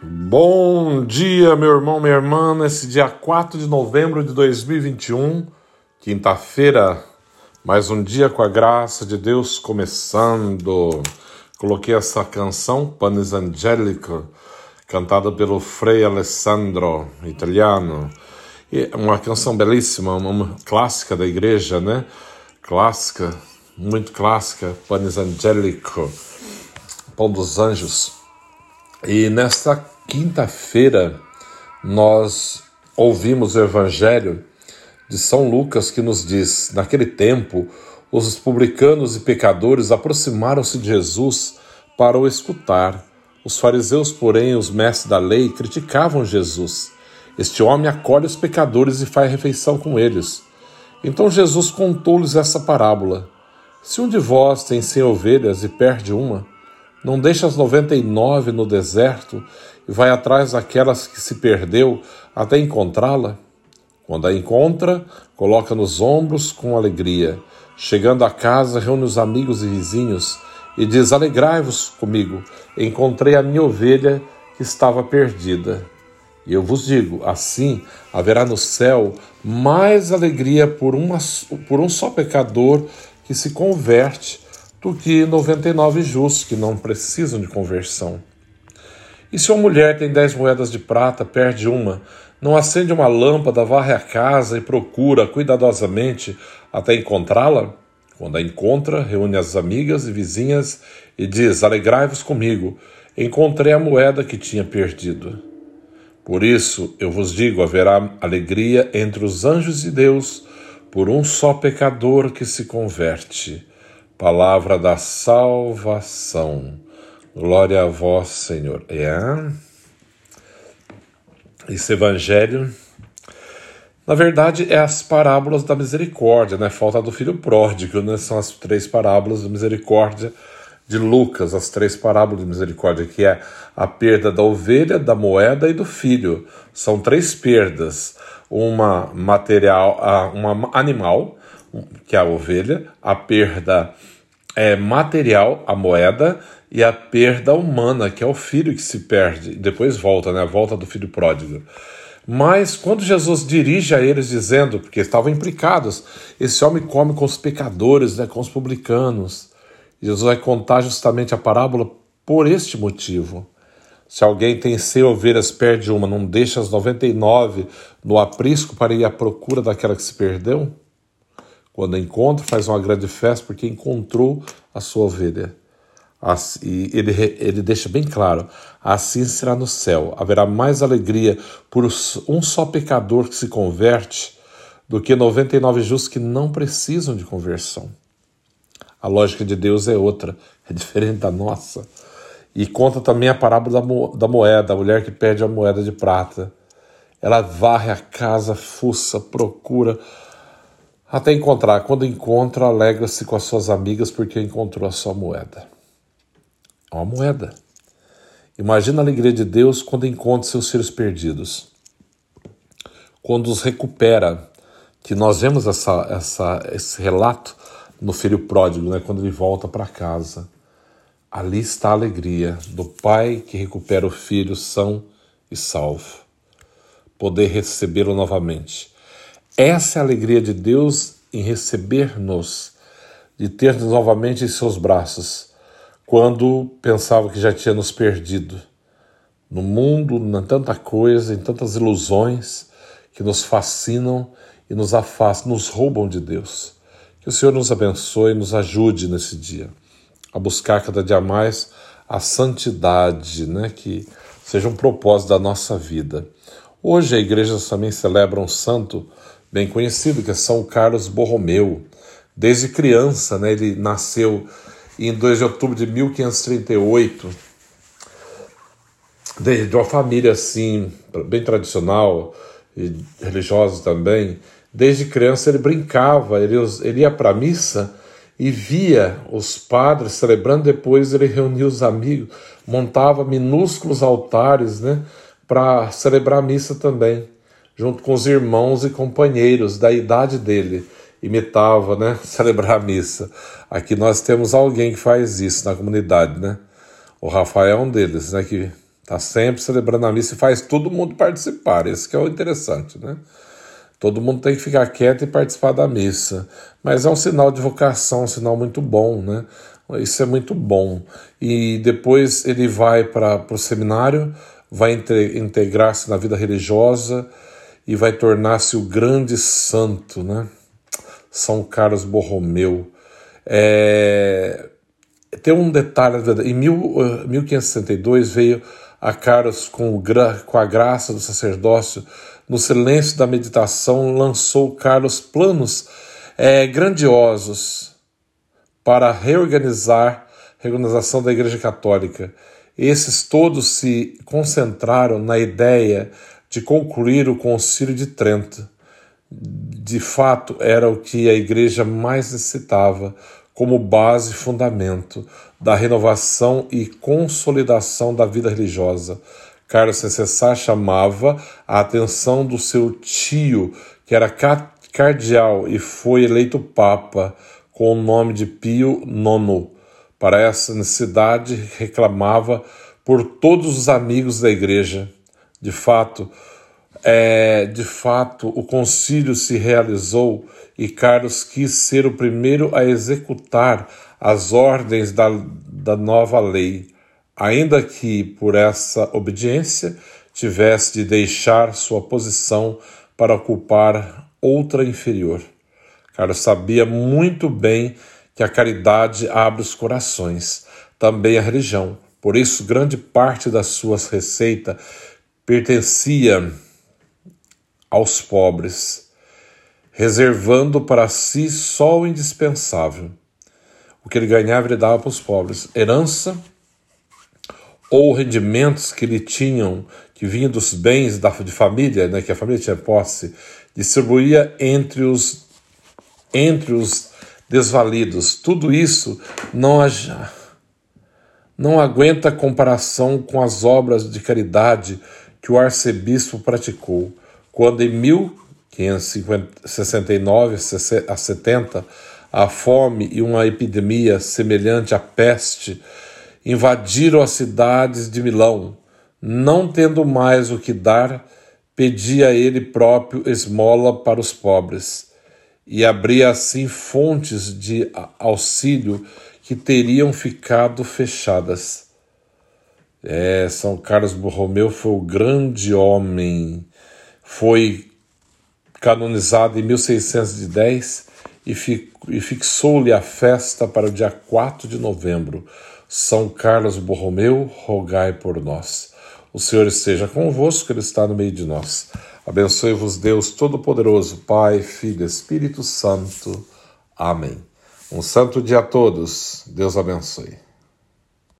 Bom dia, meu irmão, minha irmã, nesse dia 4 de novembro de 2021, quinta-feira, mais um dia com a graça de Deus começando. Coloquei essa canção, Panis Angelico, cantada pelo Frei Alessandro, italiano. E é uma canção belíssima, uma clássica da igreja, né? Clássica, muito clássica, Panis Angelico, Pão dos Anjos. E nesta quinta-feira nós ouvimos o Evangelho de São Lucas que nos diz: naquele tempo, os publicanos e pecadores aproximaram-se de Jesus para o escutar. Os fariseus, porém, os mestres da lei, criticavam Jesus. Este homem acolhe os pecadores e faz refeição com eles. Então Jesus contou-lhes essa parábola: se um de vós tem 100 ovelhas e perde uma, não deixa as 99 no deserto e vai atrás daquelas que se perdeu até encontrá-la? Quando a encontra, coloca nos ombros com alegria. Chegando a casa, reúne os amigos e vizinhos e diz: alegrai-vos comigo, encontrei a minha ovelha que estava perdida. E eu vos digo, assim haverá no céu mais alegria por um só pecador que se converte do que 99 justos que não precisam de conversão. E se uma mulher tem 10 moedas de prata, perde uma, não acende uma lâmpada, varre a casa e procura cuidadosamente até encontrá-la? Quando a encontra, reúne as amigas e vizinhas e diz: alegrai-vos comigo, encontrei a moeda que tinha perdido. Por isso, eu vos digo, haverá alegria entre os anjos de Deus por um só pecador que se converte. Palavra da salvação. Glória a vós, Senhor. Esse evangelho, na verdade, é as parábolas da misericórdia, né? Falta do filho pródigo, né? São as 3 parábolas da misericórdia de Lucas, as 3 parábolas de misericórdia, que é a perda da ovelha, da moeda e do filho. São 3 perdas. Uma material, uma animal, que é a ovelha, a perda material, a moeda, e a perda humana, que é o filho que se perde e depois volta, né? A volta do filho pródigo. Mas quando Jesus dirige a eles dizendo, porque estavam implicados, esse homem come com os pecadores, né? Com os publicanos. Jesus vai contar justamente a parábola por este motivo. Se alguém tem 100 ovelhas, perde uma, não deixa as 99 no aprisco para ir à procura daquela que se perdeu? Quando encontra, faz uma grande festa porque encontrou a sua ovelha. E ele deixa bem claro: assim será no céu. Haverá mais alegria por um só pecador que se converte do que 99 justos que não precisam de conversão. A lógica de Deus é outra, é diferente da nossa. E conta também a parábola da moeda, a mulher que perde a moeda de prata. Ela varre a casa, fuça, procura até encontrar. Quando encontra, alegra-se com as suas amigas porque encontrou a sua moeda. É uma moeda. Imagina a alegria de Deus quando encontra seus filhos perdidos. Quando os recupera, que nós vemos esse relato no filho pródigo, né? Quando ele volta para casa. Ali está a alegria do pai que recupera o filho são e salvo. Poder recebê-lo novamente. Essa é a alegria de Deus em receber-nos, de ter-nos novamente em seus braços, quando pensava que já tinha nos perdido. No mundo, em tanta coisa, em tantas ilusões que nos fascinam e nos afastam, nos roubam de Deus. Que o Senhor nos abençoe e nos ajude nesse dia a buscar cada dia mais a santidade, né? Que seja um propósito da nossa vida. Hoje a igreja também celebra um santo bem conhecido, que é São Carlos Borromeu. Desde criança, né? Ele nasceu em 2 de outubro de 1538, de uma família assim, bem tradicional e religiosa também. Desde criança ele brincava, ele ia para a missa e via os padres celebrando, depois ele reunia os amigos, montava minúsculos altares, né, para celebrar a missa também, junto com os irmãos e companheiros da idade dele. Imitava, né, celebrar a missa. Aqui nós temos alguém que faz isso na comunidade, né? O Rafael é um deles, né, que Está sempre celebrando a missa e faz todo mundo participar. Esse que é o interessante, né? Todo mundo tem que ficar quieto e participar da missa. Mas é um sinal de vocação, um sinal muito bom, né? Isso é muito bom. E depois ele vai para o seminário, vai integrar-se na vida religiosa e vai tornar-se o grande santo, né? São Carlos Borromeu. Tem um detalhe, em 1562 veio a Carlos com a graça do sacerdócio, no silêncio da meditação, lançou Carlos planos grandiosos para a reorganização da Igreja Católica. Esses todos se concentraram na ideia de concluir o Concílio de Trento. De fato, era o que a Igreja mais necessitava como base e fundamento da renovação e consolidação da vida religiosa. Carlos sem cessar chamava a atenção do seu tio, que era cardeal e foi eleito Papa, com o nome de Pio IX. Para essa necessidade, reclamava por todos os amigos da Igreja. De fato, o concílio se realizou e Carlos quis ser o primeiro a executar as ordens da nova lei, ainda que, por essa obediência, tivesse de deixar sua posição para ocupar outra inferior. Carlos sabia muito bem que a caridade abre os corações, também a religião. Por isso, grande parte da sua receita pertencia aos pobres, reservando para si só o indispensável. O que ele ganhava, ele dava para os pobres. Herança ou rendimentos que lhe tinham, que vinham dos bens de família, né, que a família tinha posse, distribuía entre os desvalidos. Tudo isso não aguenta comparação com as obras de caridade que o arcebispo praticou, quando em 1569 a 70, a fome e uma epidemia semelhante à peste invadiram as cidades de Milão. Não tendo mais o que dar, pedia ele próprio esmola para os pobres, e abria assim fontes de auxílio que teriam ficado fechadas. São Carlos Borromeu foi o grande homem. Foi canonizado em 1610 e fixou-lhe a festa para o dia 4 de novembro. São Carlos Borromeu, rogai por nós. O Senhor esteja convosco, Ele está no meio de nós. Abençoe-vos Deus Todo-Poderoso, Pai, Filho e Espírito Santo. Amém. Um santo dia a todos. Deus abençoe.